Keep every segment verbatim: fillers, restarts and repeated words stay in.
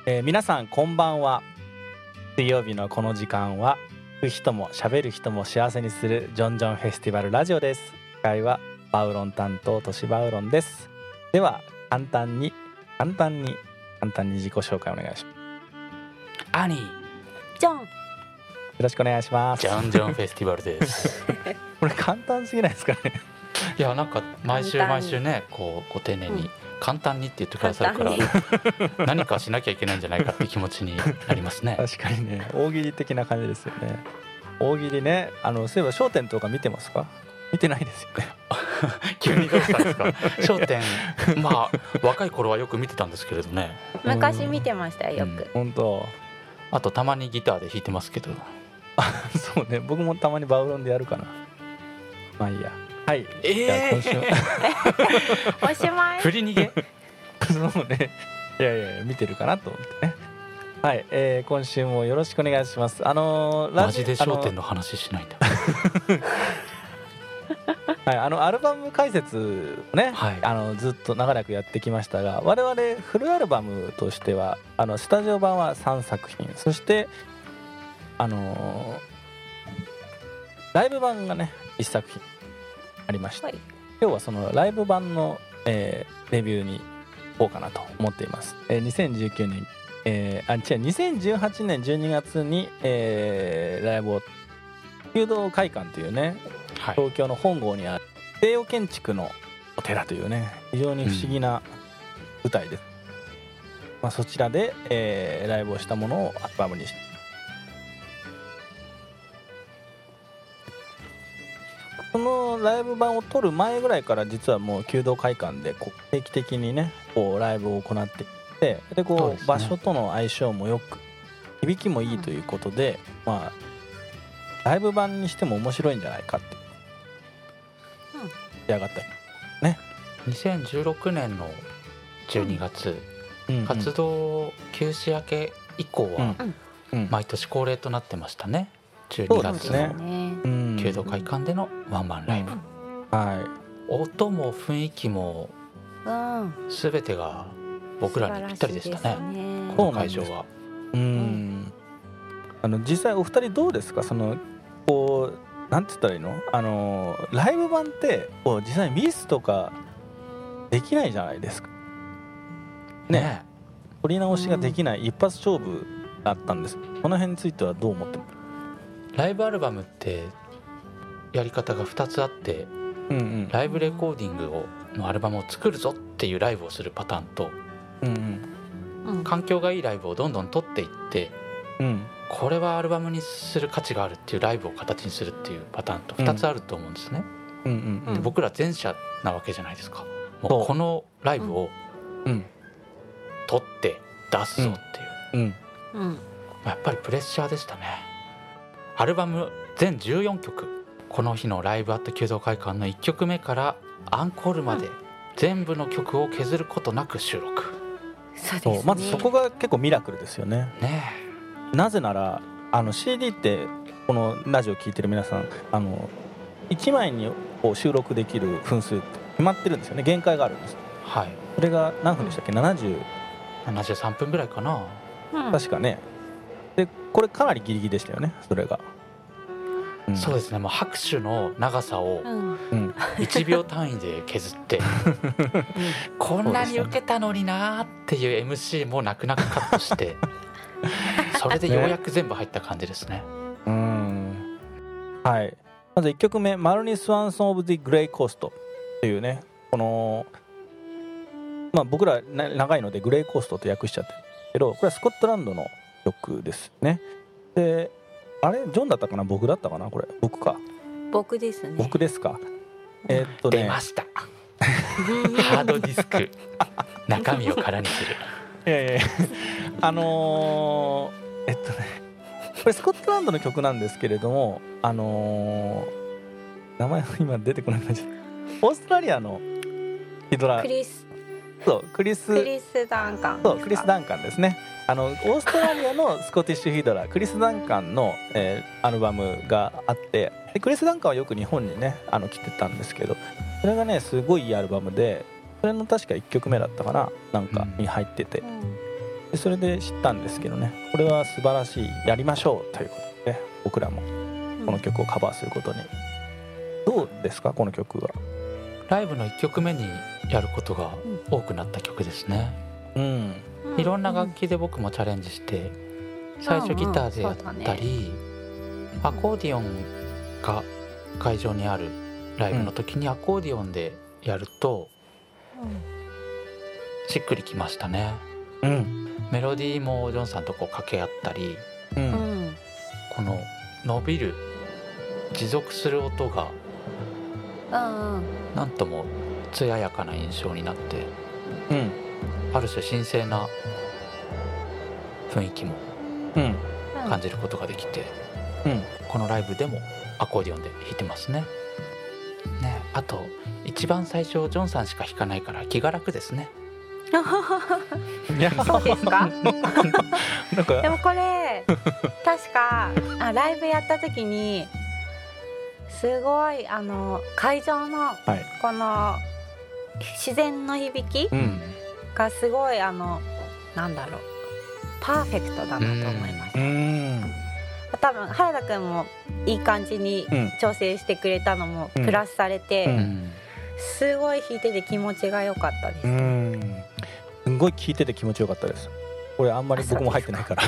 えー、皆さんこんばんは。水曜日のこの時間は聞く人も喋る人も幸せにするジョンジョンフェスティバルラジオです。司会はバウロン担当トシバウロンです。では簡単に簡単に簡単に自己紹介お願いします。 アニージョン、よろしくお願いします。 ジョンジョンフェスティバルですこれ簡単すぎないですかね。 いや、なんか毎週毎週ね、こうご丁寧に、うん、簡単にって言ってくださるから何かしなきゃいけないんじゃないかって気持ちになりますね。 確かにね、大喜利的な感じですよね。大喜利ね、あのそういえば笑点とか見てますか？見てないですよね急にどうしたんですか？笑点、まあ若い頃はよく見てたんですけれどね。 昔見てましたよ、よく、うん、 本当。 あとたまにギターで弾いてますけどそうね、僕もたまにバウロンでやるかな。まあいいや。はい、 えー、じゃあ今週おしまい。 振り逃げそうね、いやいやいや見てるかなと思ってね。はい、えー、今週もよろしくお願いします。あのー、 マジで笑点の話しないんだはい、あのアルバム解説をね、はい、あのずっと長らくやってきましたが、我々フルアルバムとしてはあのスタジオ版はさんさく品、そしてあのー、ライブ版がねいっさく品ありました、はい、今日はそのライブ版の、えー、レビューに行こうかなと思っています、えー、にせんじゅうきゅうねん、えー、あ違うにせんじゅうはちねんじゅうにがつに、えー、ライブを弓道会館というね、はい、東京の本郷にある西洋建築のお寺というね非常に不思議な舞台です、うん、まあ、そちらで、えー、ライブをしたものをアルバムにして、そのライブ版を撮る前ぐらいから実はもう弓道会館でこう定期的にねこうライブを行っていて、でこう場所との相性もよく響きもいいということで、うん、まあライブ版にしても面白いんじゃないかって仕上がったりね。 にせんじゅうろくねんのじゅうにがつ、うんうん、活動休止明け以降は毎年恒例となってましたね。じゅうにがつの弓道会館でのワンマンライブ、うん、 はい、 音も雰囲気も全てが僕らにぴったりでした ね, ねこの会場は。 うん、うん、あの実際お二人どうですか？そのこうなんて言ったらいいの、あのライブ版ってこう実際ミスとかできないじゃないですかね。ね、取り直しができない一発勝負だったんです。この辺についてはどう思ってますか？ ライブアルバムってやり方がふたつあって、うんうん、ライブレコーディングをのアルバムを作るぞっていうライブをするパターンと、うんうん、環境がいいライブをどんどん撮っていって、うん、これはアルバムにする価値があるっていうライブを形にするっていうパターンとふたつあると思うんですね、うんうんうん、で僕ら前者なわけじゃないですか。もうこのライブを撮って出すぞっていう、うんうん、やっぱりプレッシャーでしたね。アルバム全じゅうよんきょく、この日のライブアット弓道会館のいっきょくめからアンコールまで全部の曲を削ることなく収録。 そうですね、 まずそこが結構ミラクルですよね。 ねえ、なぜならあの シーディー ってこのラジオ聴いてる皆さん、あのいちまいにこう収録できる分数って決まってるんですよね。限界があるんです、 はい、 それが何分でしたっけ？ななじゅう、 ななじゅうさんぷんぐらいかな、 うん、確かね。でこれかなりギリギリでしたよね、それが、 うん、そうですね。もう拍手の長さをいちびょう単位で削って、うん、こんなに受けたのになっていう エムシー も泣く泣くカットしてそれでようやく全部入った感じですね。 うん、はい、まずいっきょくめ、マルニスワンソンオブディグレイコーストっていうね、この、まあ、僕ら長いのでグレイコーストと訳しちゃってるけど、これはスコットランドの曲ですね。で、あれジョンだったかな、僕だったかな、これ僕か。 僕ですね。 僕ですか。えー、っとね、 出ましたハードディスク中身を空にする。 いやいやあのー、えっとねこれスコットランドの曲なんですけれども、あのー、名前が今出てこない感じ。オーストラリアのヒドラクリスそうクリスクリスダンカンそうクリス・ダンカンですね。あのオーストラリアのスコティッシュヒドラクリス・ダンカンの、えー、アルバムがあって、でクリス・ダンカンはよく日本にねあの来てたんですけど、それがねすごいいいアルバムで、それの確かいっきょくめだったかな、なんかに入ってて、うん、 それで知ったんですけどね、これは素晴らしい、やりましょうということで僕らもこの曲をカバーすることに、うん、どうですかこの曲は。 ライブのいっきょくめにやることが多くなった曲ですね、 うん、 いろんな楽器で僕もチャレンジして、最初ギターでやったり、うんうん、アコーディオンが会場にあるライブの時にアコーディオンでやると、うん、しっくりきましたね、うん、メロディーもジョンさんとこう掛け合ったり、うん、この伸びる持続する音がなんとも艶やかな印象になって、うん、ある種神聖な雰囲気も感じることができて、うん、このライブでもアコーディオンで弾いてますね。ね、あと一番最初ジョンさんしか弾かないから気が楽ですね。 そうですか？でもこれ確かあライブやった時にすごいあの会場のこの自然の響きがすごいあのなんだろうパーフェクトだなと思いました。うん、多分原田くんもいい感じに調整してくれたのもプラスされて、うんうん、すごい弾いてて気持ちが良かったです。うん、 すごい聴いてて気持ちよかったです。これあんまり僕も入ってないから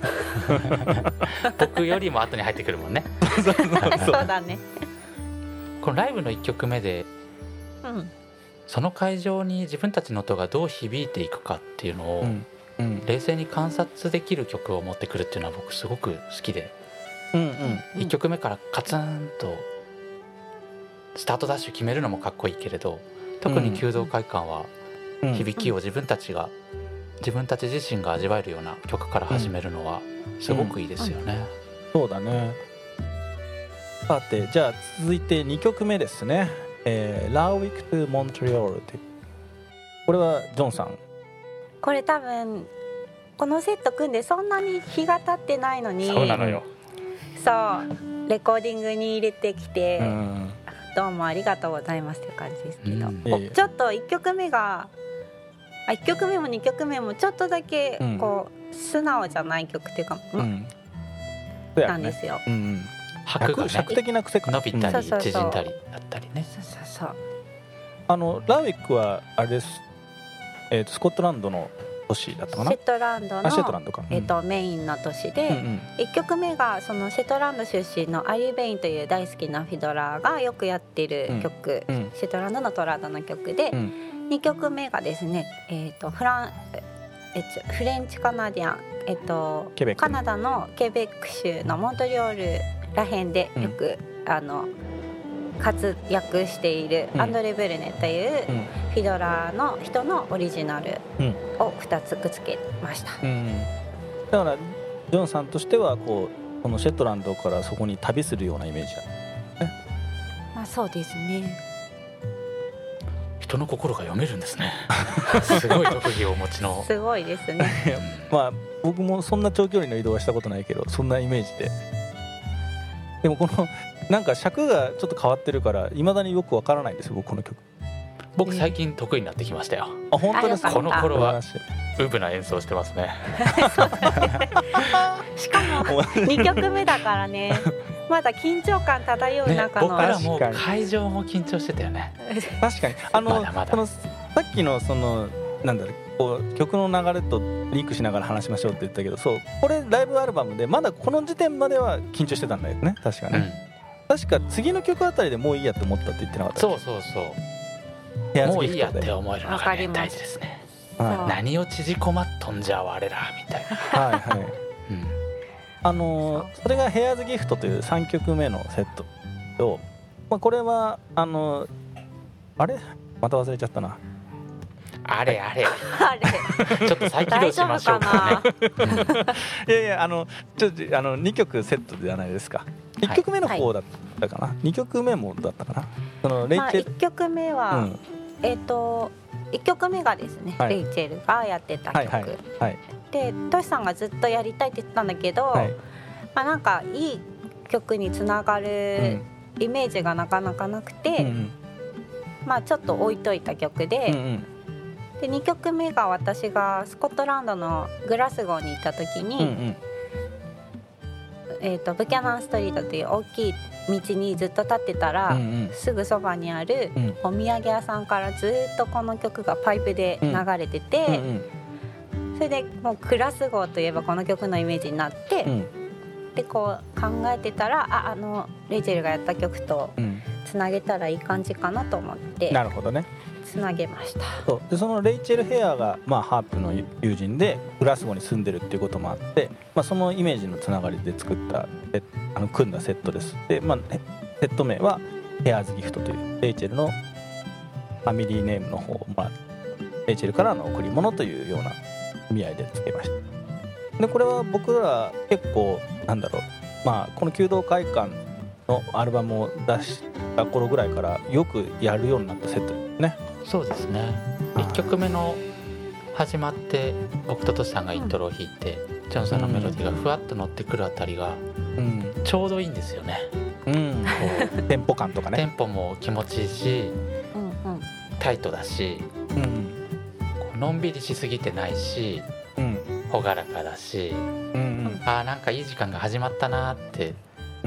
僕よりも後に入ってくるもんねそうだね。 このライブのいっきょくめで、うん、その会場に自分たちの音がどう響いていくかっていうのを、うんうん、冷静に観察できる曲を持ってくるっていうのは僕すごく好きで、うんうん、いっきょくめからカツンとスタートダッシュ決めるのもかっこいいけれど、特に弓道会館は響きを自分たちが自分たち自身が味わえるような曲から始めるのはすごくいいですよね、うんうん、 そうだね。さてじゃあ続いてにきょくめですね、えー、ラーウィック・トゥ・モントリオールってこれはジョンさん。 これ多分このセット組んでそんなに日が経ってないのに、 そうなのよ。 そうレコーディングに入れてきて、うん、どうもありがとうございますっていう感じですけど、うん、ちょっといっきょくめがいっきょくめもにきょくめもちょっとだけこう、うん、素直じゃない曲っていうか、うん、なんですよ、うんうん、 拍がね尺的な癖か伸びたり縮んだりだったりね。 そうそうそう。 あのラーウィックはあれです、えー、とスコットランドの都市だったかな。 シェットランドのシェットランドか、うん、 えー、とメインの都市で、うんうん、いっきょくめがそのシェットランド出身のアリー・ベインという大好きなフィドラーがよくやってる曲、うんうん、シェットランドのトラードの曲で、うん、にきょくめがですね、えー、とフランえフレンチカナディアン、えー、とカナダのケベック州のモントリオールらへんでよく、うん、あの活躍しているアンドレ・ブルネというフィドラーの人のオリジナルをふたつくっつけました、うんうん、 だからジョンさんとしてはこうこのシェットランドからそこに旅するようなイメージだね。 まあそうですね。 人の心が読めるんですねすごい特技をお持ちのすごいですねまあ僕もそんな長距離の移動はしたことないけどそんなイメージで、でもこのなんか尺がちょっと変わってるからいまだによくわからないんですよ僕この曲。 僕最近得意になってきましたよ。 あ本当ですか。 この頃はウブな演奏してますねしかもにきょくめだからねまだ緊張感漂う中の、 ね、僕らも会場も緊張してたよね確かにあのまだまだこのさっきのそのなんだろうこう曲の流れとリンクしながら話しましょうって言ったけど、そうこれライブアルバムでまだこの時点までは緊張してたんだよね確かね、うん、確か次の曲あたりでもういいやって思ったって言ってなかった。 そうそうそうもういいやって思えるのが、ね、大事ですね、はい、何を縮こまっとんじゃ我らみたいなはいはい、うん、 あのー、それがヘアーズギフトというさんきょくめのセットと、まあ、これはあのー、あれまた忘れちゃったなあれあれあれちょっと再起動しましょうかねいやいやあのちょっとあのにきょくセットじゃないですか。いっきょくめの方だったかな、はい、にきょくめもだったかな。そのレイチェル、まあ、いっきょくめは、うん、 えっ、ー、といっきょくめがですね、はい、レイチェルがやってた曲、はいはいはい、でトシさんがずっとやりたいって言ってたんだけど、はい、まあ、なんかいい曲につながるイメージがなかなかなくて、うんうん、まあちょっと置いといた曲で、うんうん、 でにきょくめが私がスコットランドのグラスゴーに行った時に、うんうんえー、とブキャナンストリートという大きい道にずっと立ってたら、うんうん、すぐそばにあるお土産屋さんからずっとこの曲がパイプで流れてて、うんうんうん、それでもうグラスゴーといえばこの曲のイメージになって、うん、でこう考えてたら あ, あのレイチェルがやった曲とつなげたらいい感じかなと思って、 なるほどね、 つなげました。 そうでそのレイチェル・ヘアが、まあ、ハープの友人でグラスゴーに住んでるっていうこともあって、まあ、そのイメージのつながりで作ったあの組んだセットです。で、まあ、セット名はヘアーズギフトというレイチェルのファミリーネームの方を、まあ、レイチェルからの贈り物というような意味合いでつけました。でこれは僕ら結構なんだろう、まあ、この弓道会館のアルバムを出した頃ぐらいからよくやるようになったセットですね。 そうですね、いっきょくめの始まって僕とトシさんがイントロを弾いて、うん、ジョンさんのメロディーがふわっと乗ってくるあたりがちょうどいいんですよね、うん、 こうテンポ感とかね、 テンポも気持ちいいし、うんうん、タイトだし、うん、こうのんびりしすぎてないし、うん、朗らかだし、うんうん、あーなんかいい時間が始まったなって、うん、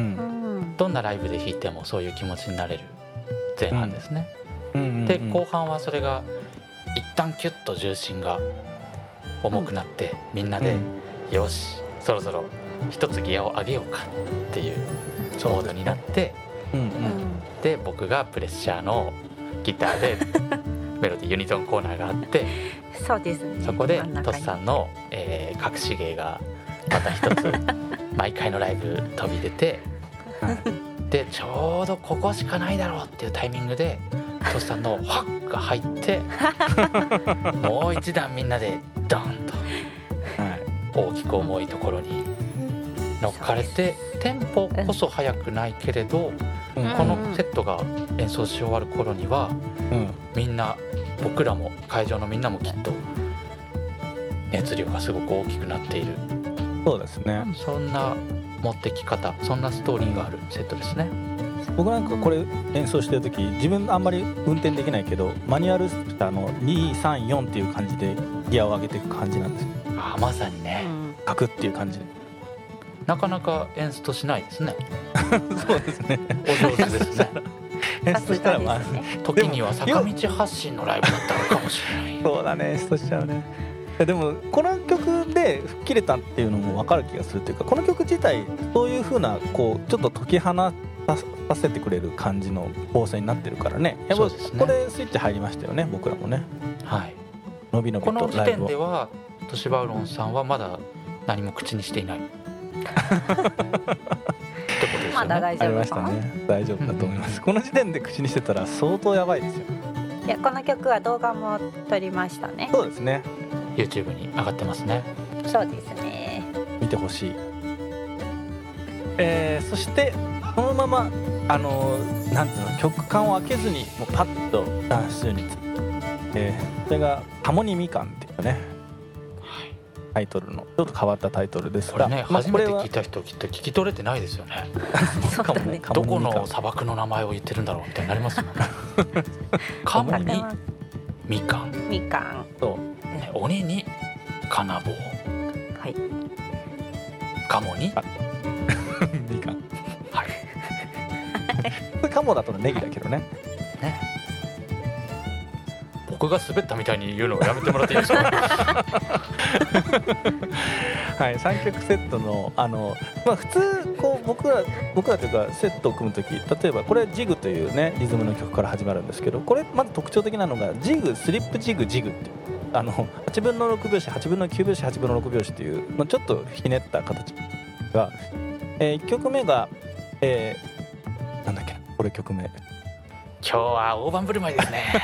どんなライブで弾いてもそういう気持ちになれる前半ですね、うんうんうんうん、で後半はそれが一旦キュッと重心が重くなって、うん、みんなで、うん、よしそろそろ一つギアを上げようかっていうモードになって、うんうん、で僕がプレッシャーのギターでメロディーユニゾンコーナーがあってそうですね、 そこでトシさんの、えー、隠し芸がまた一つ毎回のライブ飛び出てでちょうどここしかないだろうっていうタイミングでトシさんのファッが入ってもう一段みんなでドンと大きく重いところに乗っかれて、テンポこそ速くないけれど、うん、このセットが演奏し終わる頃には、うん、みんな僕らも会場のみんなもきっと熱量がすごく大きくなっている。 そうですね、 そんな持ってき方、そんなストーリーがあるセットですね。 僕なんかこれ演奏してる時自分あんまり運転できないけどマニュアル車のにさんよんっていう感じでギアを上げていく感じなんですよ。 あ、まさにね、 ガクっていう感じでなかなか演出しないですねそうですね、 お上手ですね演出したらまあ時には坂道発進のライブだったのかもしれないそうだね、演出しちゃうね。でもこの曲で吹っ切れたっていうのも分かる気がするというか、この曲自体そういう風なこうちょっと解き放させてくれる感じの構成になってるからね。やっぱこれスイッチ入りましたよね、僕らもね。 はい。 のびのびとライブを。 この時点ではトシバウロンさんはまだ何も口にしていない。ってことですよね。 まだ大丈夫かな。ありましたね。大丈夫だと思います。うん、この時点で口にしてたら相当やばいですよ。 いや、この曲は動画も撮りましたね。 そうですね。 YouTube に上がってますね。 そうですね。 見てほしい。えー、そしてそのままあのなんていうの、曲間を開けずにもうパッとダンスに、えー、それが「ハモニみかん」っていうね、はい、タイトルのちょっと変わったタイトルですが、 これね、まあ、初めて聞いた人きっと聞き取れてないですよね。 そうだね。 どこの砂漠の名前を言ってるんだろうみたいになりますもんね。カモにみかん、 みかん、 そう、 鬼に金棒、 はい、 カモにみかん、 はい。 これカモだとネギだけどね。 ね。僕が滑ったみたいに言うのをやめてもらっていいですか。 はい、さんきょくセットのあの、まあ、普通こう僕ら僕らというかセットを組むとき、例えばこれジグというねリズムの曲から始まるんですけど、これまず特徴的なのがジグ、スリップジグ、ジグっていうあのはちぶんのろく拍子、はちぶんのきゅう拍子、はちぶんのろく拍子っていう、まあ、ちょっとひねった形が、えー、いっきょくめが、えー、なんだっけな、これ曲名。 今日は大盤振る舞いですね。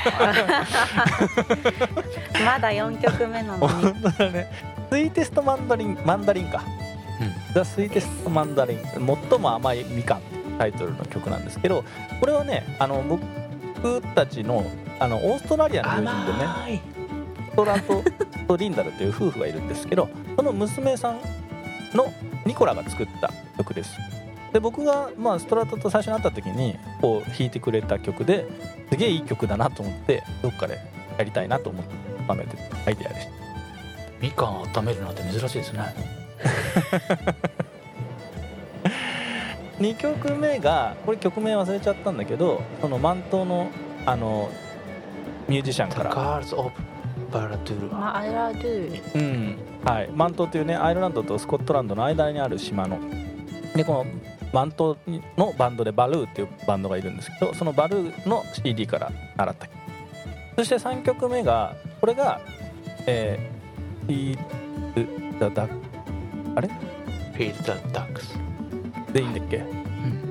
まだよんきょくめなのに。 本当だね。スイーテストマンダリン、マンダリンか。ザ・スイーテストマンダリン、最も甘いみかんっていうタイトルの曲なんですけど、これはね、あの僕たちのあのオーストラリアの友人でね、ストラトとリンダルという夫婦がいるんですけど、その娘さんのニコラが作った曲です。で僕が、まあ、ストラトと最初に会った時にこう弾いてくれた曲で、すげえいい曲だなと思ってどっかでやりたいなと思って温めてアイデアでした。 みかんを温めるなんて珍しいですね。 にきょくめがこれ曲名忘れちゃったんだけど、そのマントのあのミュージシャンから The Girls of Barad-dûr、 バラドゥール、 うんはい、マントというねアイルランドとスコットランドの間にある島ので、このマントのバンドでバルーっていうバンドがいるんですけど、そのバルーの シーディー から習った。そしてさんきょくめがこれがえー、Feed the Duck あれ Feed the Ducks でいいんだっけ、 うん、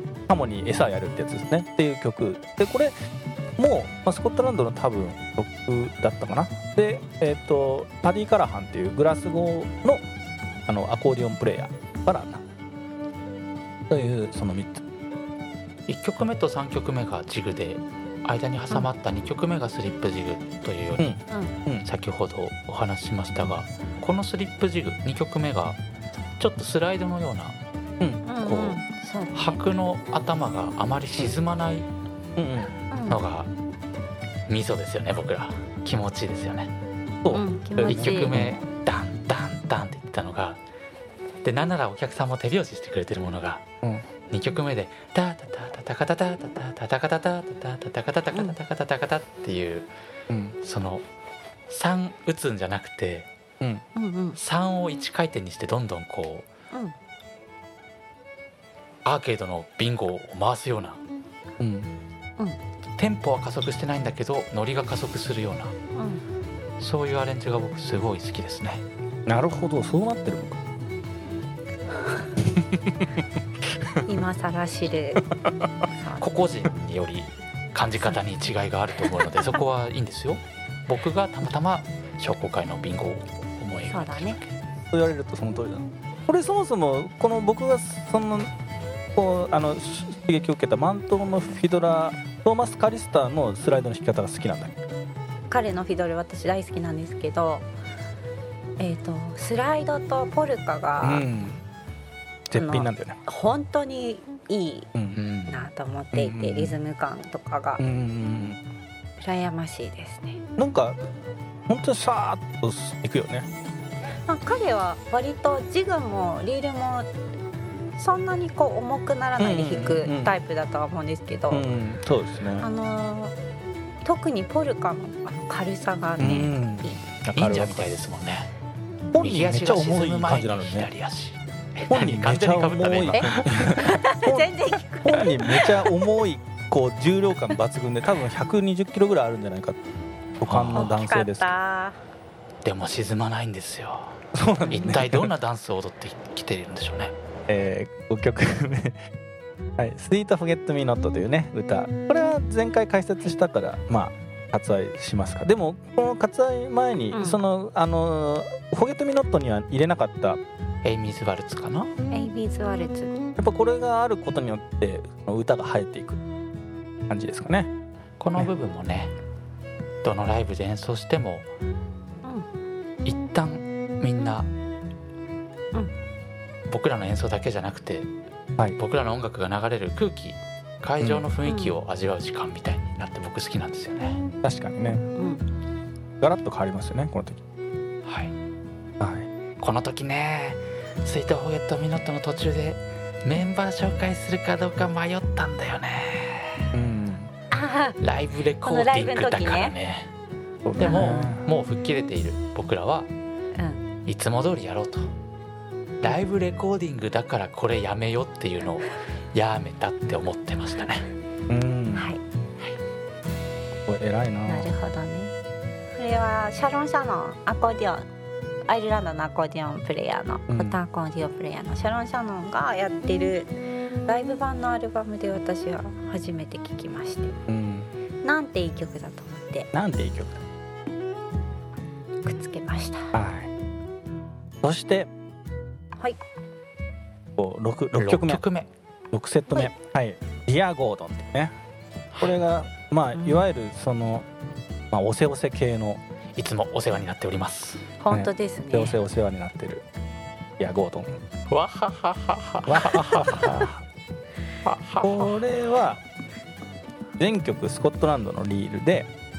カモに餌やるってやつですねっていう曲で、これもう、まあ、スコットランドの多分曲だったかな。で、えー、とパディ・カラハンっていうグラスゴー の, あのアコーディオンプレイヤーからなというそのみっつ。 いっきょくめとさんきょくめがジグで、間に挟まったにきょくめがスリップジグというように、うんうん、先ほどお話ししましたが、このスリップジグにきょくめがちょっとスライドのような、うん、こう、うん、拍の頭があまり沈まないのがミソですよね。僕ら気持ちいいですよね。そう、うん、いっきょくめダンダンダンって言ったのが、でなんならお客さんも手拍子してくれてるものが、うん、にきょくめでタタタタカタタタタタカタタタタタカタタカタタカタタカタっていう、うん、そのさん打つんじゃなくて、うん、さんをいち回転にしてどんどんこう、うん、アーケードのビンゴを回すような、うん、テンポは加速してないんだけどノリが加速するような、うん、そういうアレンジが僕すごい好きですね。 なるほど、そうなってるのか。 今更知る個々人により感じ方に違いがあると思うのでそこはいいんですよ。僕がたまたま商工会のビンゴを思い描いただけ。そうだね、 そう言われるとその通りだ。これそもそもこの僕がそのこうあの刺激を受けたマントのフィドラートーマス・カリスターのスライドの弾き方が好きなんだ。 彼のフィドル私大好きなんですけど、えーと、スライドとポルカが、うん、 絶品なんだよね。 本当にいいなと思っていて、うん、リズム感とかが、うん、羨ましいですね。 なんか本当にさーっといくよね。 まあ、彼は割とジグもリールもそんなにこう重くならないで弾くタイプだとは思うんですけど、うんうんうん、 そうですね。 あのー、特にポルカのあの軽さがね、うん、いい。 忍者みたいですもんね。 本人めっちゃ重い感じなのね。 左足本人めちゃ重い。 全然本人めちゃ重い、こう重量感抜群で多分ひゃくにじゅっキロぐらいあるんじゃないか。股間の男性です。 でも沈まないんですよ。そうなんですね。一体どんなダンスを踊ってきているんでしょうね。 えー、ごきょくめ、はい、Sweet Forget Me Not というね歌。これは前回解説したからまあ割愛しますか。でもこの割愛前に、うん、そのあの Forget Me Not には入れなかったエイミーズワルツかな。 エイミーズワルツ。 やっぱこれがあることによって歌が生えていく感じですかね。 この部分もね、ねどのライブで演奏しても、うん、一旦みんな、うん、僕らの演奏だけじゃなくて、はい、僕らの音楽が流れる空気、会場の雰囲気を味わう時間みたいになって僕好きなんですよね。 確かにね、うん、ガラッと変わりますよねこの時。 はい、はい、この時ねスイートフォーゲットミノットの途中でメンバー紹介するかどうか迷ったんだよね、うん、ライブレコーディングだからね。でももう吹っ切れている僕らは、うん、いつも通りやろうと。ライブレコーディングだからこれやめよっていうのをやめたって思ってましたね。 うん、はい、はい、これ偉いな。 なるほどね。これはシャロン・シャノンアコーディオン、アイルランドのアコーディオンプレイヤーの、うん、歌アコーディオンプレイヤーのシャロン・シャノンがやってるライブ版のアルバムで私は初めて聴きまして、うん、なんていい曲だと思ってなんていい曲だくっつけました。 はい。そしてはい、 こう 6, 6曲目ろっきょくめろくセット目、はいはい、ディアゴードンってね、これがまあいわゆるその、まあ、おせおせ系のいつもお世話になっております。 本当ですね。 おせおせお世話になってるディアゴードン。 わははははわはははこれは全曲スコットランドのリールで、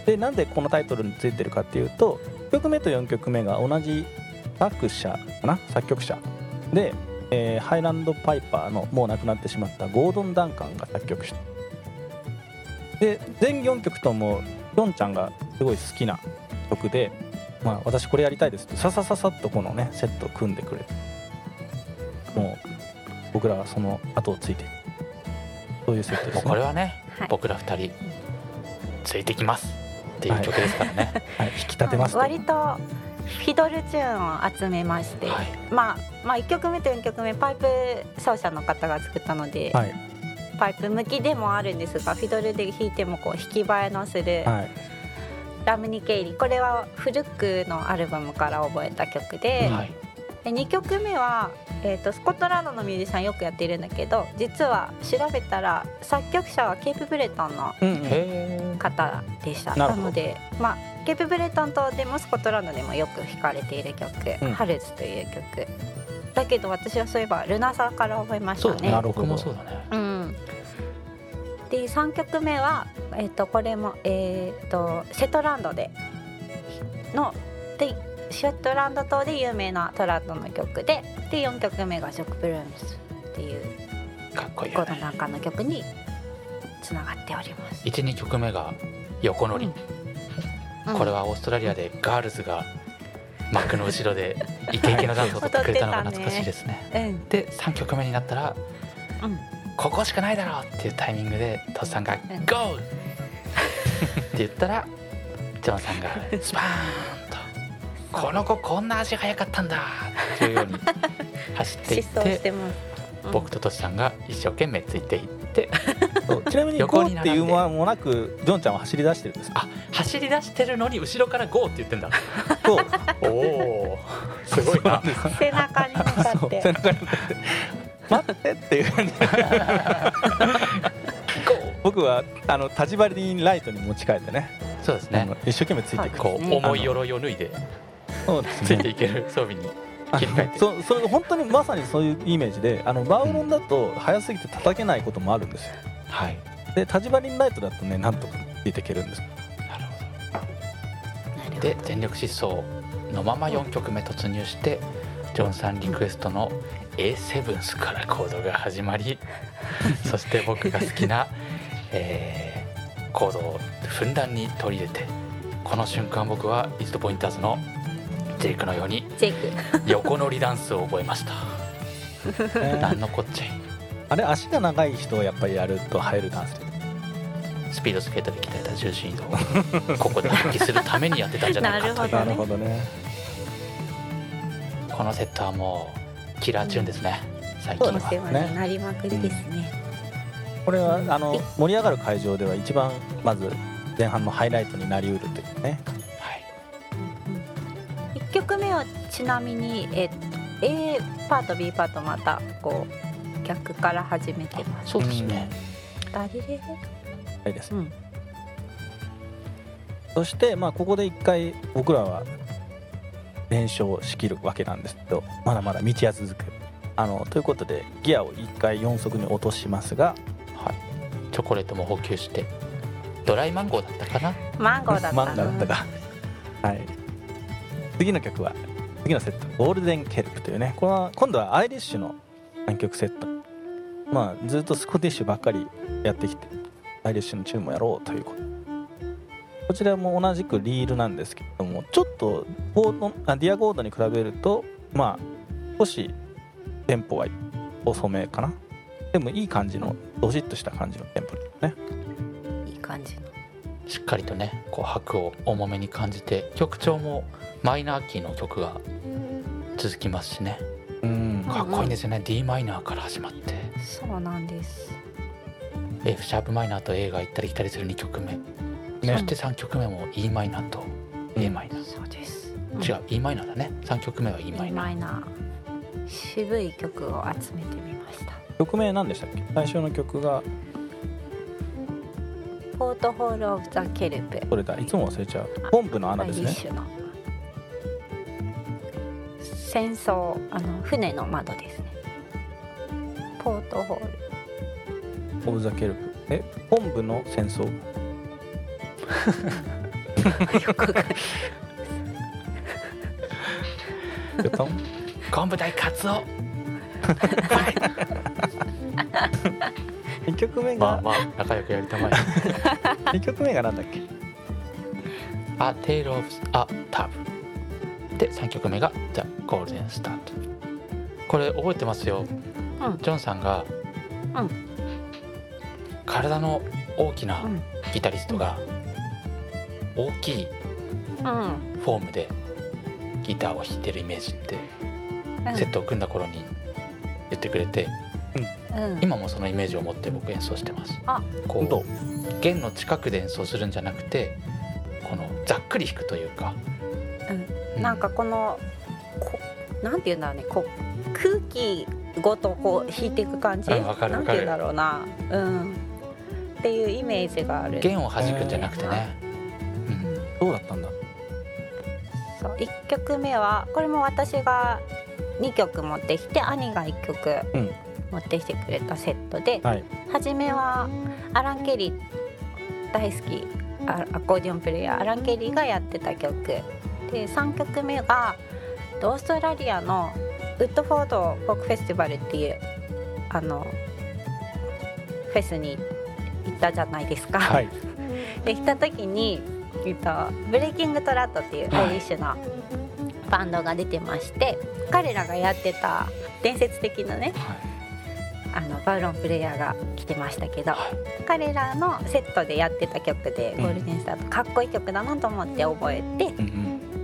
でなんでこのタイトルについてるかっていうと、いっきょくめとよんきょくめが同じ作者かな作曲者で、えー、ハイランドパイパーのもう亡くなってしまったゴードン・ダンカンが作曲した。で全よんきょくともヨンちゃんがすごい好きな曲で、まあ、私これやりたいですってささささっとこのねセットを組んでくれる。もう僕らはその後をついてそういうセットですね。 もうこれはね、はい、僕らふたりついてきますっていう曲ですからね、 はいはい、引き立てますと。 割とフィドルチューンを集めまして、はい、まあ、まあいっきょくめとよんきょくめパイプ奏者の方が作ったので、はい、パイプ向きでもあるんですが、フィドルで弾いてもこう弾き映えのする、はい、ラムニケイリ、これはフルックのアルバムから覚えた曲で、はい、でにきょくめは、えーと、スコットランドのミュージシャンよくやってるんだけど、実は調べたら作曲者はケープブレトンの方でした、うん、なので、まあ、ケープブレトンとでもスコットランドでもよく弾かれている曲、うん、ハルズという曲だけど、私はそういえばルナサーから覚えましたね。 そうなるほど、そうだね、 うん、でさんきょくめは、えー、とこれも、えー、とシェットランドでのでシェットランド島で有名なトラッドの曲で、でよんきょくめがショックブルームスっていうかっこいい、ね、 ゴードン・ダンカンの曲につながっております。 いち、にきょくめが横乗り、うん、これはオーストラリアでガールズがマックの後ろでイケイケのダンスを踊ってくれたのが懐かしいですね、ね、うん、でさんきょくめになったら、うん、ここしかないだろうっていうタイミングでトスさんが、うん、ゴーって言ったらジョンさんがスパーンとこの子こんな足速かったんだっていうように走っていって僕とトシさんが一生懸命ついていってちなみにゴーっていう間もなくジョンちゃんは走り出してるんです。 あ、走り出してるのに後ろからゴーって言ってんだ。ゴー。おお、すごいな。 背中に向かって背中に向かって待ってっていう感じ僕はあのタジバリンライトに持ち替えてね。 そうですね、 一生懸命ついていく、 こう重い鎧を脱いでついていける装備に切り替えて、 そそれ本当にまさにそういうイメージで、あのバウロンだと速すぎて叩けないこともあるんですよ、うん、はい、でタジバリンライトだとねなんとかついていけるんです。なるほど。で全力疾走のままよんきょくめ突入して、ジョンさんリクエストの エーセブン からコードが始まりそして僕が好きな、えーコードをふんだんに取り入れて、この瞬間僕はイーストポインターズのジェイクのように横乗りダンスを覚えましたなんのこっちゃい。 あれ足が長い人をやっぱりやると入るダンス、 スピードスケートで鍛えた重心移動をここで発揮するためにやってたんじゃないかというなるほどね。 このセットはもうキラーチューンですね、うん、最近は。 そうですよね、なりまくりですね、うん、 これはあの盛り上がる会場では一番まず前半のハイライトになりうるというね、はい、 いっきょくめはちなみに、えっと、A パート B パートまたこう逆から始めてます。 そうですね、 ダリレはいです、うん、そして、まあ、ここで一回僕らは練習をしきるわけなんですけど、まだまだ道は続くあのということでギアを一回よん速に落としますが、 はい、チョコレートも補給して、ドライマンゴーだったかな、 マンゴーだったなマンゴーだったかはい、次の曲は次のセットゴールデンケルプというね、これは今度はアイリッシュのさんきょくセット、まあずっとスコティッシュばっかりやってきてアイリッシュのチューンもやろうということ、こちらも同じくリールなんですけども、ちょっとゴードあディアゴードに比べるとまあ少しテンポは遅めかな。でもいい感じのドシッとした感じのテンポですね。 いい感じのしっかりとねこう拍を重めに感じて、曲調もマイナーキーの曲が続きますしね、うんかっこいいんですよね、うん、D マイナーから始まって。 そうなんです。 F シャープマイナーと A が行ったり来たりするにきょくめ、ね、そしてさんきょくめも E マイナーと A マイナー、うん、 そうです、 違う E マイナーだね、さんきょくめは E マイナー、 E マイナー渋い曲を集めてみました。 曲名何でしたっけ？最初の曲がポートホールオブザケルプ。 それだ、いつも忘れちゃう。本部の穴ですね。 戦争、あの船の窓ですね。ポートホールオブザケルプ。え、本部の戦争よくわかんない昆布大カツオいっきょくめがまあまあ仲良くやりたまえいっきょくめがなんだっけ A Tale of a Tab でさんきょくめが The Golden Start。 これ覚えてますよ、うん、ジョンさんが、うん、体の大きなギタリストが大きいフォームでギターを弾いてるイメージってセットを組んだ頃に言ってくれて、うん、今もそのイメージを持って僕演奏してます。あ、こう弦の近くで演奏するんじゃなくてこのざっくり弾くというか、 うん、なんかこのこなんていうんだろうね、こう空気ごとこう弾いていく感じ、 うん、分かる分かる、 なんていうんだろうな、うん、っていうイメージがある。 弦を弾くんじゃなくてね、 うん、どうだったんだ。 そういっきょくめはこれも私がにきょく持ってきて兄がいっきょく持ってきてくれたセットで、うん、はい、初めはアラン・ケリー大好きアコーディオンプレイヤーアラン・ケリーがやってた曲で、さんきょくめがオーストラリアのウッドフォードフォークフェスティバルっていうあのフェスに行ったじゃないですか、はい、で行った時に、えっと、ブレイキングトラットっていうアイリッシュのバンドが出てまして、はい、彼らがやってた伝説的なね、はい、あのバウロンプレイヤーが来てましたけど、はい、彼らのセットでやってた曲で、うん、ゴールデンスタートかっこいい曲だなと思って覚えて、うん、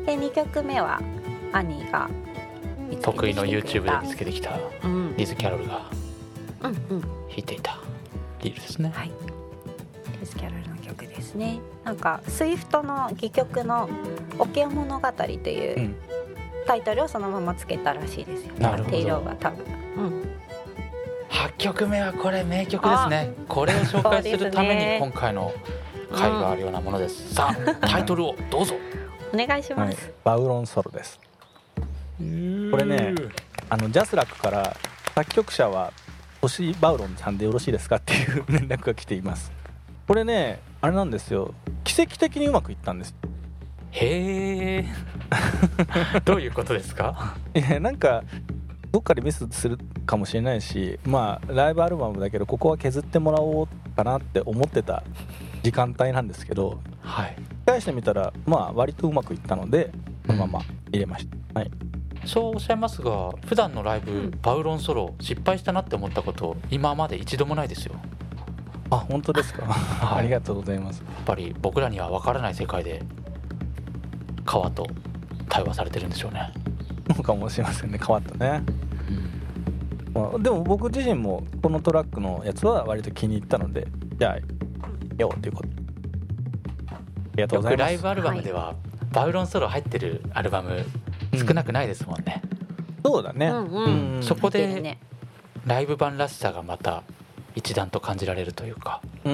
でにきょくめは兄が得意の YouTube で見つけてきたリズ・キャロルが弾いていたリールですね、 はい、リズ・キャロルの曲ですね。なんかスイフトの戯曲のオケア物語というタイトルをそのままつけたらしいですよ、 なるほど。 テイローが多分、うん、 はちきょくめはこれ名曲ですね。これを紹介するために今回の回があるようなものです、うん、さあタイトルをどうぞお願いします、はい、 バウロンソロです。これね、あのジャスラックから作曲者は星バウロンさんでよろしいですかっていう連絡が来ています。これね、あれなんですよ、奇跡的にうまくいったんです。 へえどういうことですか。 いや、なんかどっかでミスするかもしれないし、まあライブアルバムだけどここは削ってもらおうかなって思ってた時間帯なんですけど、はい、返してみたらまあ割とうまくいったのでそのまま入れました、うん、はい。 そうおっしゃいますが、普段のライブバウロンソロ失敗したなって思ったこと今まで一度もないですよ。 あ、本当ですか。ありがとうございます。 やっぱり僕らには分からない世界で川と対話されてるんでしょうね。 そうかもしれませんね、川とね、うん、まあ、でも僕自身もこのトラックのやつは割と気に入ったので、じゃあよということ。ありがとうございます。 よくライブアルバムではバウロンソロ入ってるアルバム少なくないですもんね、 うん、そうだね、 うんうん、 そこでライブ版らしさがまた一段と感じられるというか、うん、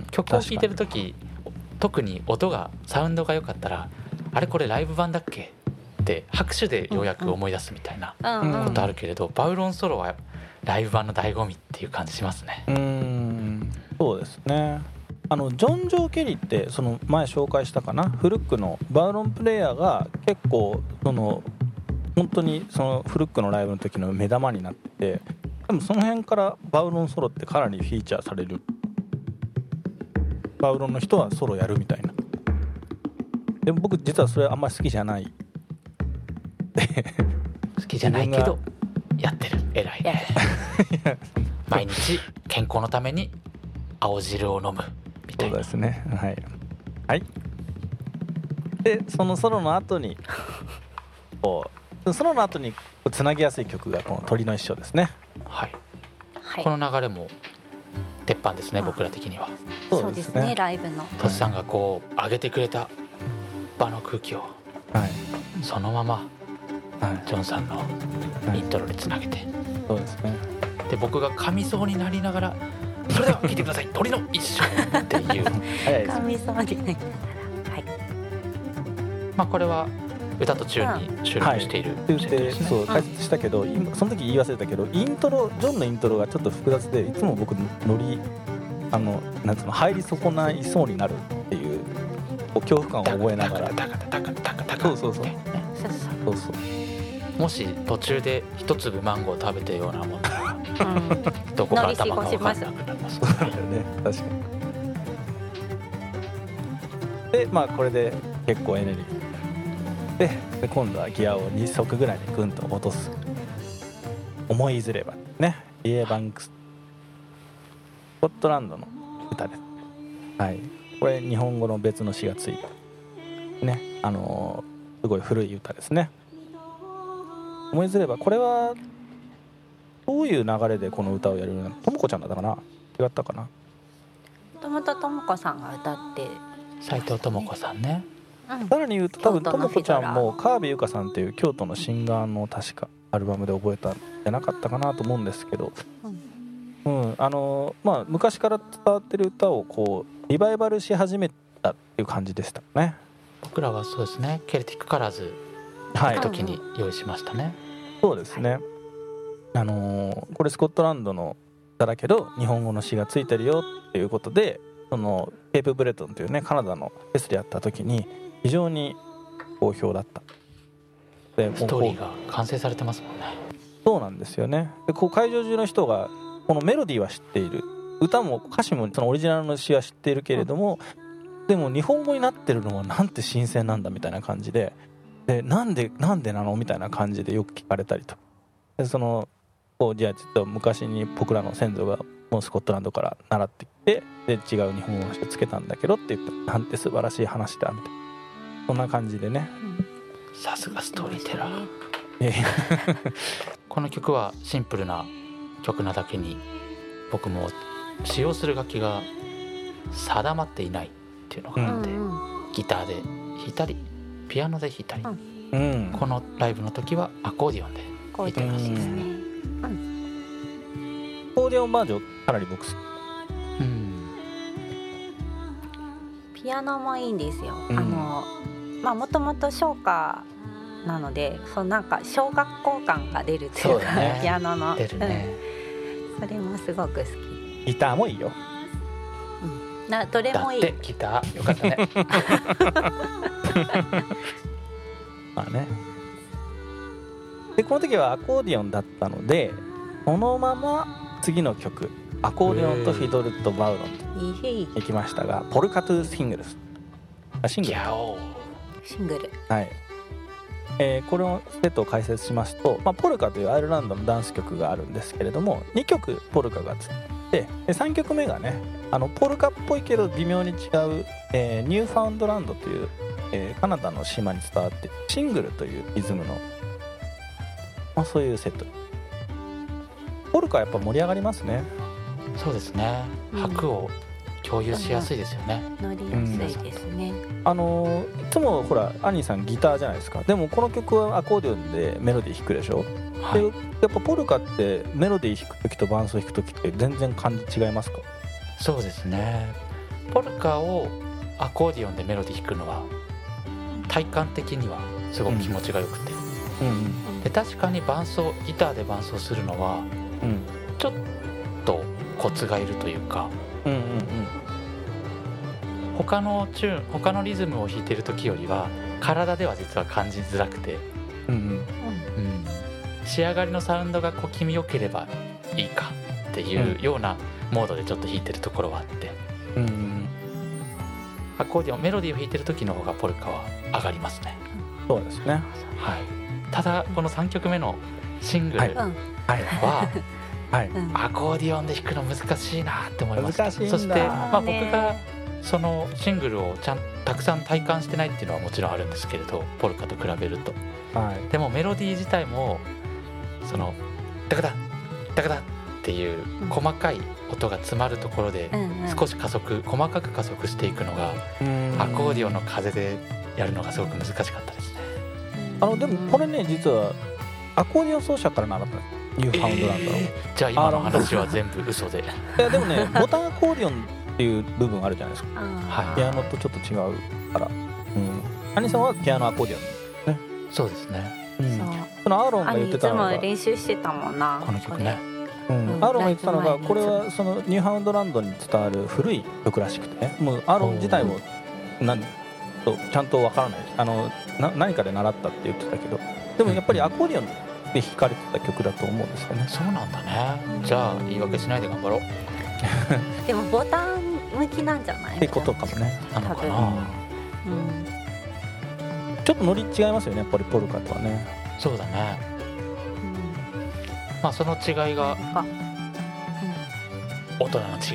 曲を聴いてる時特に音がサウンドが良かったら、あれこれライブ版だっけって拍手でようやく思い出すみたいなことあるけれど、バウロンソロはライブ版の醍醐味っていう感じしますね。 うーん、そうですね。あのジョン・ジョー・ケリーってその前紹介したかな、フルックのバウロンプレイヤーが結構その本当にそのフルックのライブの時の目玉になってて、でもその辺からバウロンソロってかなりフィーチャーされる。バウロンの人はソロやるみたいな。でも僕実はそれあんまり好きじゃない好きじゃないけどやってる、偉いね毎日健康のために青汁を飲むみたいな。 そうですね、はい、はい、でそのソロの後にこうソロの後につなぎやすい曲がこの鳥の一生ですね。 はい、はい、この流れも鉄板ですね、僕ら的には。 そうですね、ライブのトシさんがこう上げてくれた場の空気を、はい、そのまま、はい、ジョンさんのイントロにつなげて、はい、 そうですね。 で僕が噛みそうになりながらそれでは聴いてください鳥の一生っていう噛みそうになりながら、はい、 まあこれは歌とチューンに収録しているセットですね。 そう解説したけど、うん、その時言い忘れたけどイントロジョンのイントロがちょっと複雑で、いつも僕ノリあのなんつうの入り損ないそうになるっていうう恐怖感を覚えながらタカタカタカタカそうそうそうそうそうもし途中で一粒マンゴー食べてるようなもんなら、うん、どこから頭が分かんなくなりますそうだよね確かに。でまあこれで結構エネルギーでで今度はギアをに速ぐらいでグンと落とす。思いずればねイエバンクススコットランドの歌です。はい、これ日本語の別の詩がついたね、あのー、すごい古い歌ですね。思いずればこれはどういう流れでこの歌をやるようなともこちゃんだったかな違ったかな。 もともとともこさんが歌って斉藤智子さんね、 うん、 さらに言うと多分ともこちゃんも川辺由香さんっていう京都のシンガーの確かアルバムで覚えたんじゃなかったかなと思うんですけど、うんうん、あのまあ昔から伝わってる歌をこうリバイバルし始めたっていう感じでしたね。 僕らはそうですねケルティックカラーズの時に用意しましたね、はい、 そうですね、あのこれスコットランドの歌だけど日本語の詩がついてるよっていうことでそのケープブレトンというねカナダのフェスでやった時に非常に好評だった。 でストーリーが完成されてますもんね。 そうなんですよね。でこう会場中の人がこのメロディーは知っている、歌も歌詞もそのオリジナルの詩は知っているけれども、でも日本語になってるのはなんて新鮮なんだみたいな感じで、でなんでなんでなのみたいな感じでよく聞かれたりと。でそのこうじゃあちょっと昔に僕らの先祖がもうスコットランドから習ってきてで違う日本語の詩つけたんだけどって言ったなんて素晴らしい話だみたいなそんな感じでね、 さすがストーリーテラー。この曲はシンプルな曲なだけに僕も使用する楽器が定まっていないっていうのがあって、うん、ギターで弾いたりピアノで弾いたり、うん、このライブの時はアコーディオンで弾いてますね、うん、 アコーディオンバージョンかなり僕好き、うん、 ピアノもいいんですよ、うん、あのまあもともと唱歌なのでそのなんか小学校感が出るというか、ね、ピアノの出るね、 うん、それもすごく好き。 ギターもいいよ、 うん、などれもいい。 だってギターよかったねまあね。でこの時はアコーディオンだったのでそのまま次の曲アコーディオンとフィドルとバウロンといきましたが、ポルカトゥシングルスシングルシングルはいえー、これのセットを解説しますと、まあ、ポルカというアイルランドのダンス曲があるんですけれどもにきょくポルカがついてでさんきょくめがねあのポルカっぽいけど微妙に違う、えー、ニューファウンドランドという、えー、カナダの島に伝わってシングルというリズムの、まあ、そういうセット。ポルカはやっぱ盛り上がりますね。 そうですね、拍を共有しやすいですよね、 乗りやすいですね、うん、 あのいつもほらアニーさんギターじゃないですか。でもこの曲はアコーディオンでメロディー弾くでしょ、はい、でやっぱポルカってメロディー弾く時と伴奏弾く時って全然感じ違いますか？ そうですね、ポルカをアコーディオンでメロディー弾くのは体感的にはすごく気持ちがよくて、うんうん、で確かに伴奏ギターで伴奏するのは、うん、ちょっとコツがいるというか、うんうんうん、他のチューン他のリズムを弾いてる時よりは体では実は感じづらくて、うんうんうん、仕上がりのサウンドが小気味よければいいかっていうようなモードでちょっと弾いてるところはあって、うんうん、アコーディオンメロディーを弾いてる時の方がポルカは上がりますね。 そうですね、 はい、ただこのさんきょくめのシングルは、はいはいはい、アコーディオンで弾くの難しいなって思いました。そして、まあ、僕がそのシングルをちゃんたくさん体感してないっていうのはもちろんあるんですけれどポルカと比べると、はい、でもメロディー自体もそのダカダダカダっていう細かい音が詰まるところで少し加速細かく加速していくのがアコーディオンの風でやるのがすごく難しかったですね。 あのでもこれね実はアコーディオン奏者から習ったニューファウンドランドの、えー、 じゃあ今の話は全部嘘でいやでもねボタンアコーディオンっていう部分あるじゃないですか、はい、ピアノとちょっと違うから、うん、兄さんはピアノアコーディオン、ね、 そうですね、 うん、そうそのアーロンが言ってたのがいつも練習してたもんなこの曲ね、 うん、アーロンが言ってたのがこれはそのニューファウンドランドに伝わる古い曲らしくてねもうアーロン自体もなんとちゃんとわからない。あのな何かで習ったって言ってたけど、でもやっぱりアコーディオンで弾かれてた曲だと思うんですよね。 そうなんだね。じゃあ言い訳しないで頑張ろう。 でもボタン向きなんじゃないってことかもね。 なのかな、うん、 ちょっとノリ違いますよね、やっぱりポルカとはね。 そうだね、うん、まあその違いが、うん、大人の違い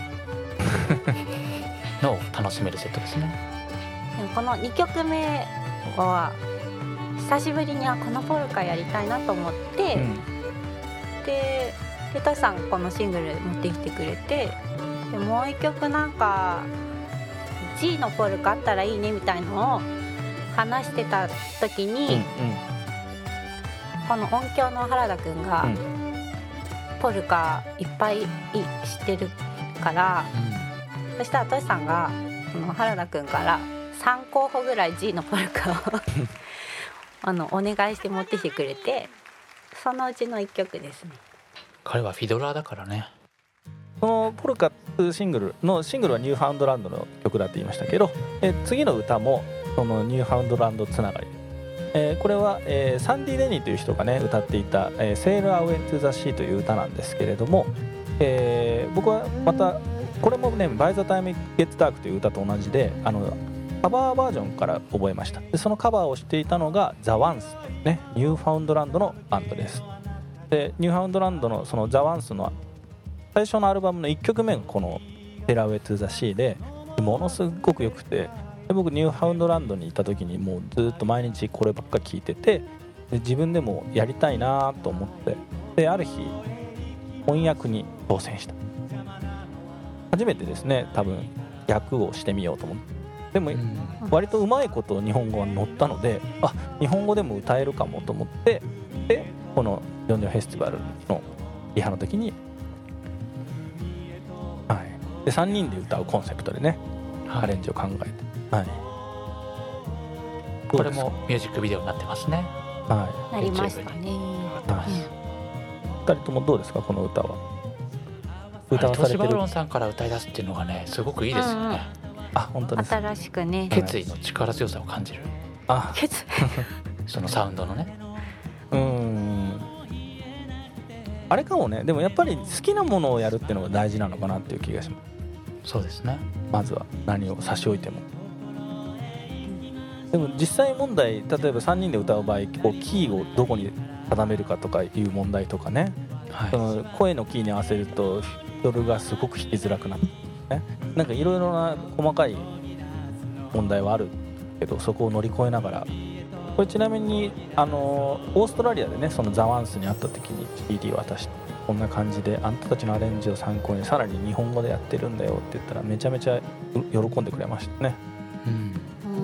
の楽しめるセットですね。 でもこのにきょくめは久しぶりにはこのポルカやりたいなと思って、うん、ででトシさんこのシングル持ってきてくれて、でもう一曲なんか G のポルカあったらいいねみたいのを話してた時に、うんうん、この音響の原田くんが、うん、ポルカいっぱい知ってるから、うん、そしたらトシさんがこの原田くんからさん候補ぐらい G のポルカをあのお願いして持ってきてくれて、そのうちのいっきょくですね。 彼はフィドラーだからね。 このポルカツーシングルのシングルはニューファウンドランドの曲だって言いましたけど、え次の歌もそのニューファウンドランドつながり、えー、これは、えー、サンディ・レニーという人がね歌っていた、えー、セール・アウェイ・トゥ・ザ・シーという歌なんですけれども、えー、僕はまたこれもね「By the Time It Gets Dark」という歌と同じで、あのカバーバージョンから覚えました。でそのカバーをしていたのがザ・ワンス、ね、ニューファウンドランドのバンドです。でニューファウンドランドのそのザ・ワンスの最初のアルバムのいっきょくめがこの「セール・アウェイ・トゥ・ザ・シー」でものすごく良くて、で僕ニューファウンドランドにいた時にもうずっと毎日こればっか聴いてて、で自分でもやりたいなと思って、である日翻訳に挑戦した。初めてですね、多分訳をしてみようと思って、でも割とうまいこと日本語が載ったので、あ日本語でも歌えるかもと思って、でこのジョンジョンフェスティバルのリハの時に、はい、でさんにんで歌うコンセプトでね、はい、アレンジを考えて、はい、 これもミュージックビデオになってますね。 はい、なりましたね。 はい、ふたりともどうですか、この歌は。 歌わされてる。トシバロンさんから歌い出すっていうのがねすごくいいですよね。うんうん、 あ本当です。 新しくね、 決意の力強さを感じる。 あ決意そのサウンドのね。 うーんあれかもね。でもやっぱり好きなものをやるっていうのが大事なのかなっていう気がします。 そうですね。 まずは何を差し置いても。でも実際問題、例えばさんにんで歌う場合、こうキーをどこに定めるかとかいう問題とかね、はい、その声のキーに合わせるとフィドルがすごく弾きづらくなって、ね、なんかいろいろな細かい問題はあるけど、そこを乗り越えながら、これちなみにあのオーストラリアでね、そのザ・ワンスに会った時に シーディー を渡して、こんな感じであんたたちのアレンジを参考にさらに日本語でやってるんだよって言ったら、めちゃめちゃ喜んでくれましたね。うん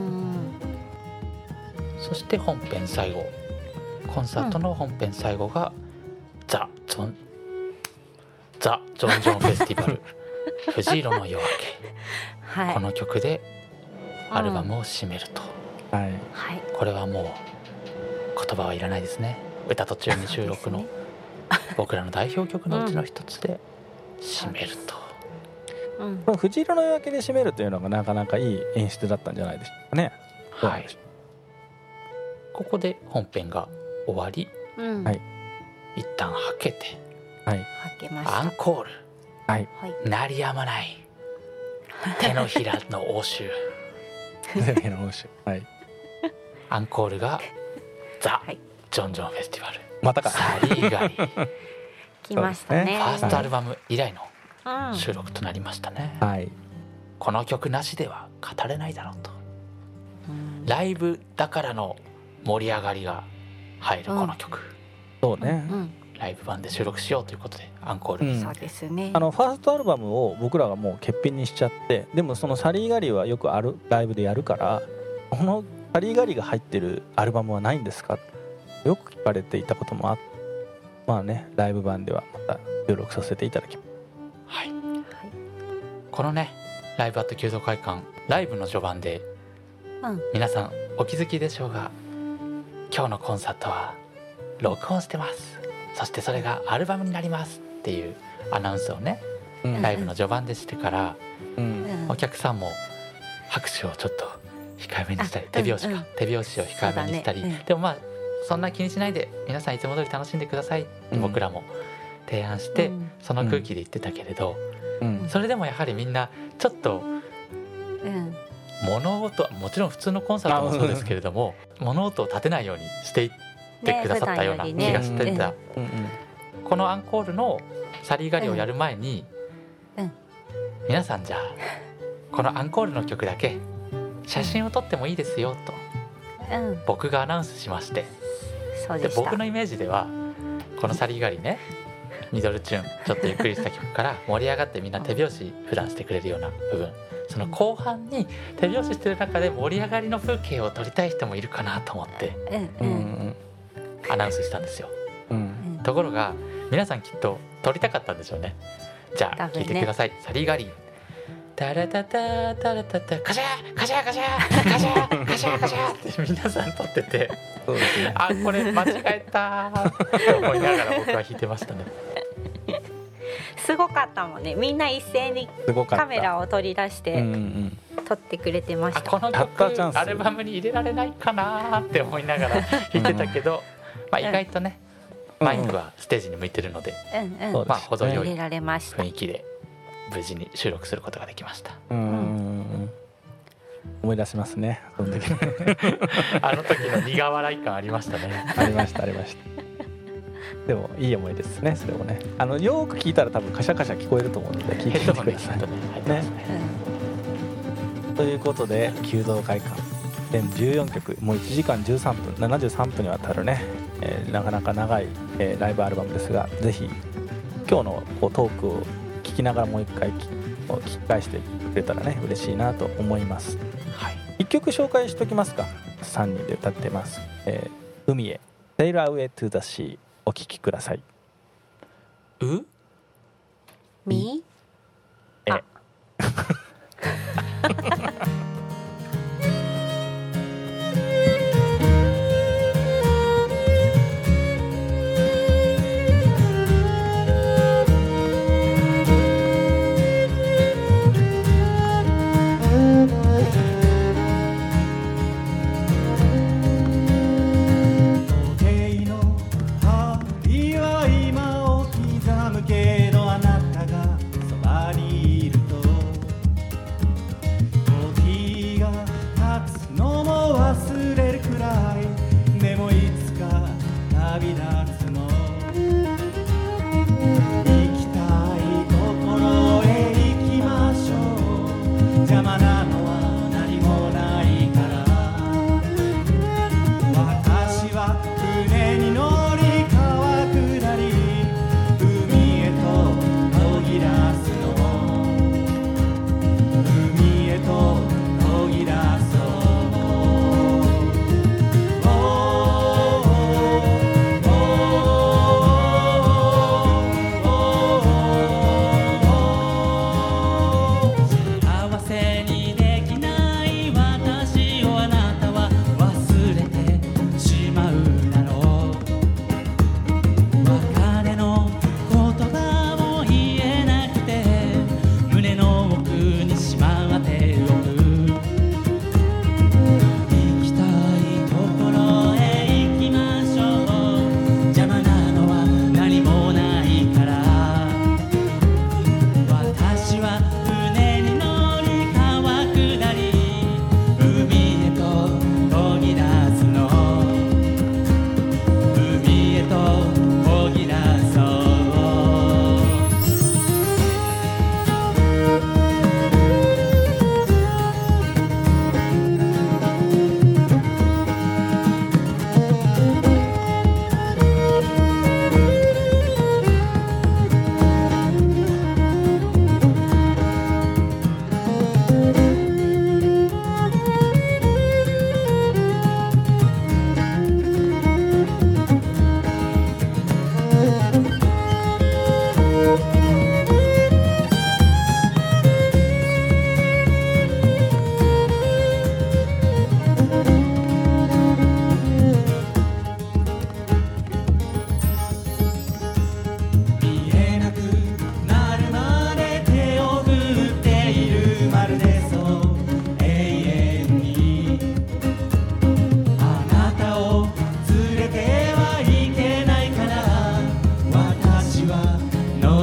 そして本編最後、コンサートの本編最後が、うん、ザ・ジョンザ・ジョンジョンフェスティバル藤色の夜明け、はい、この曲でアルバムを締めると、 うんはい、 これはもう言葉はいらないですね。歌途中に収録の僕らの代表曲のうちの一つで締めると、 うん、この藤色の夜明けで締めるというのがなかなかいい演出だったんじゃないでしょうかね。 はい、ここで本編が終わり、うん、一旦はけて、 はい、 アンコール、 はい、 鳴りやまない手のひらの応酬手のひらの応酬、はい、 アンコールがザ・はい、ジョンジョンフェスティバル、 またかサリーガリ来ましたね。 ファーストアルバム以来の収録となりましたね、 はい、 この曲なしでは語れないだろうと、うん、ライブだからの盛り上がりが入るこの曲、うん、 そうね、うん、 ライブ版で収録しようということでアンコール、うん、 そうですね。 あのファーストアルバムを僕らがもう欠品にしちゃって、でもそのサリーガリはよくあるライブでやるから、このサリーガリが入ってるアルバムはないんですか、よく聞かれていたこともあって、まあね、ライブ版ではまた収録させていただきます。 はい、はい、このねライブアット弓道会館、ライブの序盤で、うん、皆さんお気づきでしょうが、今日のコンサートは録音してます、そしてそれがアルバムになりますっていうアナウンスをね、うん、ライブの序盤でしてから、うん、お客さんも拍手をちょっと控えめにしたり、手拍子か、うんうん、手拍子を控えめにしたり、ねうん、でもまあそんな気にしないで皆さんいつも通り楽しんでくださいって僕らも提案して、うん、その空気で言ってたけれど、うん、それでもやはりみんなちょっと、うん、物音もちろん普通のコンサートもそうですけれども、うん、物音を立てないようにしていってくださったような気がしてた、ねうんうん、このアンコールのサリーガリをやる前に、うんうん、皆さんじゃあこのアンコールの曲だけ写真を撮ってもいいですよと、うん、僕がアナウンスしまして、でで僕のイメージではこのサリーガリねミドルチューンちょっとゆっくりした曲から盛り上がってみんな手拍子普段してくれるような部分、その後半に手拍子してる中で盛り上がりの風景を撮りたい人もいるかなと思ってアナウンスしたんですよ、うん、ところが皆さんきっと撮りたかったんでしょうね。じゃあ聞いてください、ね、サリーガリタラタタタラタタカシャカシャカシャカシャカシャカシャって皆さん撮ってて、そうですね、あこれ間違えたって思いながら僕は弾いてましたね。 すごかったもんね、みんな一斉にカメラを取り出して撮ってくれてました。 この曲アルバムに入れられないかなって思いながら弾いてたけど、まあ意外とね、うん、マイクはステージに向いてるので、うんうん、まあ程よい雰囲気で無事に収録することができました。うん、 思い出しますね、その時あの時の苦笑い感ありましたね。 ありましたありました。でもいい思い出ですね、それもね。あのよく聞いたら多分カシャカシャ聞こえると思うので聞いてみてくださいね。ね、うん、ということで弓道会館全じゅうよんきょく、もういちじかんじゅうさんぷんななじゅうさんぷんにわたるね、えー、なかなか長い、えー、ライブアルバムですが、ぜひ今日のこうトークを聞きながらもう一回聞き返してくれたらね嬉しいなと思います、はい、いっきょく紹介しておきますか。さんにんで歌ってます、えー、海へ Sail Away to the Sea お聴きください。 うみえ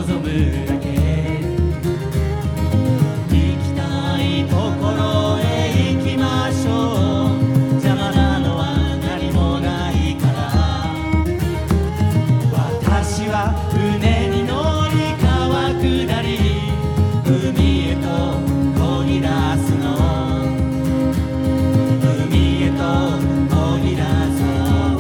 望むだけ行きたいところへ行きましょう邪魔なのは何もないから私は船に乗り川下り海へと漕ぎ出すの海へと漕ぎ出そう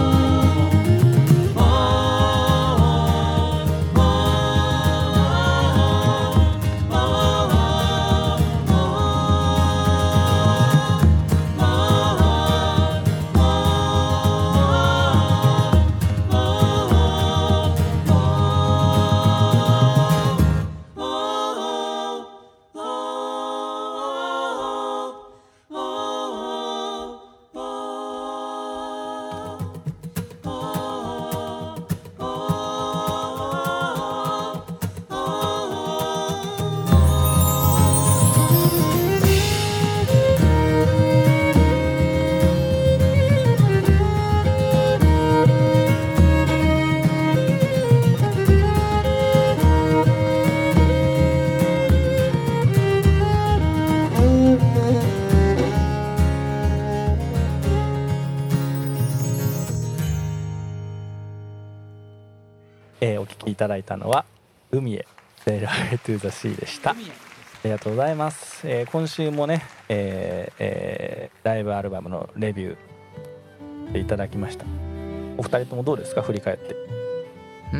えー、お聞きいただいたのは海へ Sail Away to the Sea でした。ありがとうございます。えー、今週もね、えーえー、ライブアルバムのレビューいただきました。お二人ともどうですか、振り返って。 うん、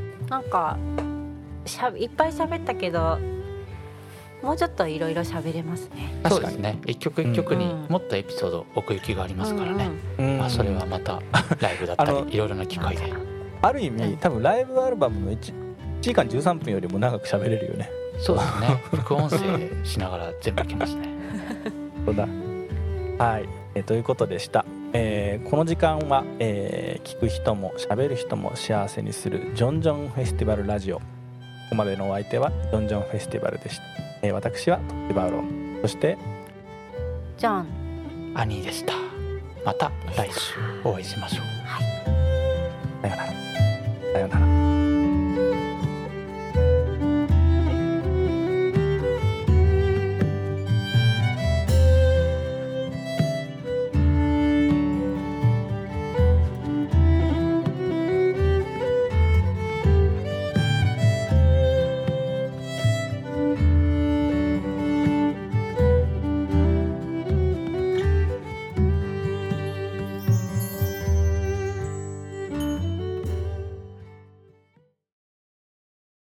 なんかしゃいっぱい喋ったけどもうちょっといろいろ喋れますね。 そうですね、一曲一曲にもっとエピソード奥行きがありますからね、うんうんまあ、それはまたライブだったりいろいろな機会である意味多分ライブアルバムの いち, いちじかんじゅうさんぷんよりも長く喋れるよね。 そうですね副音声しながら全部聞きますねそうだはい、えー、ということでした、えー、この時間は、えー、聞く人も喋る人も幸せにするジョンジョンフェスティバルラジオ。ここまでのお相手はジョンジョンフェスティバルでした、えー、私はトップバウロン、そしてジョンアニーでした。また来週お会いしましょう。 はい、 さよならさよなら。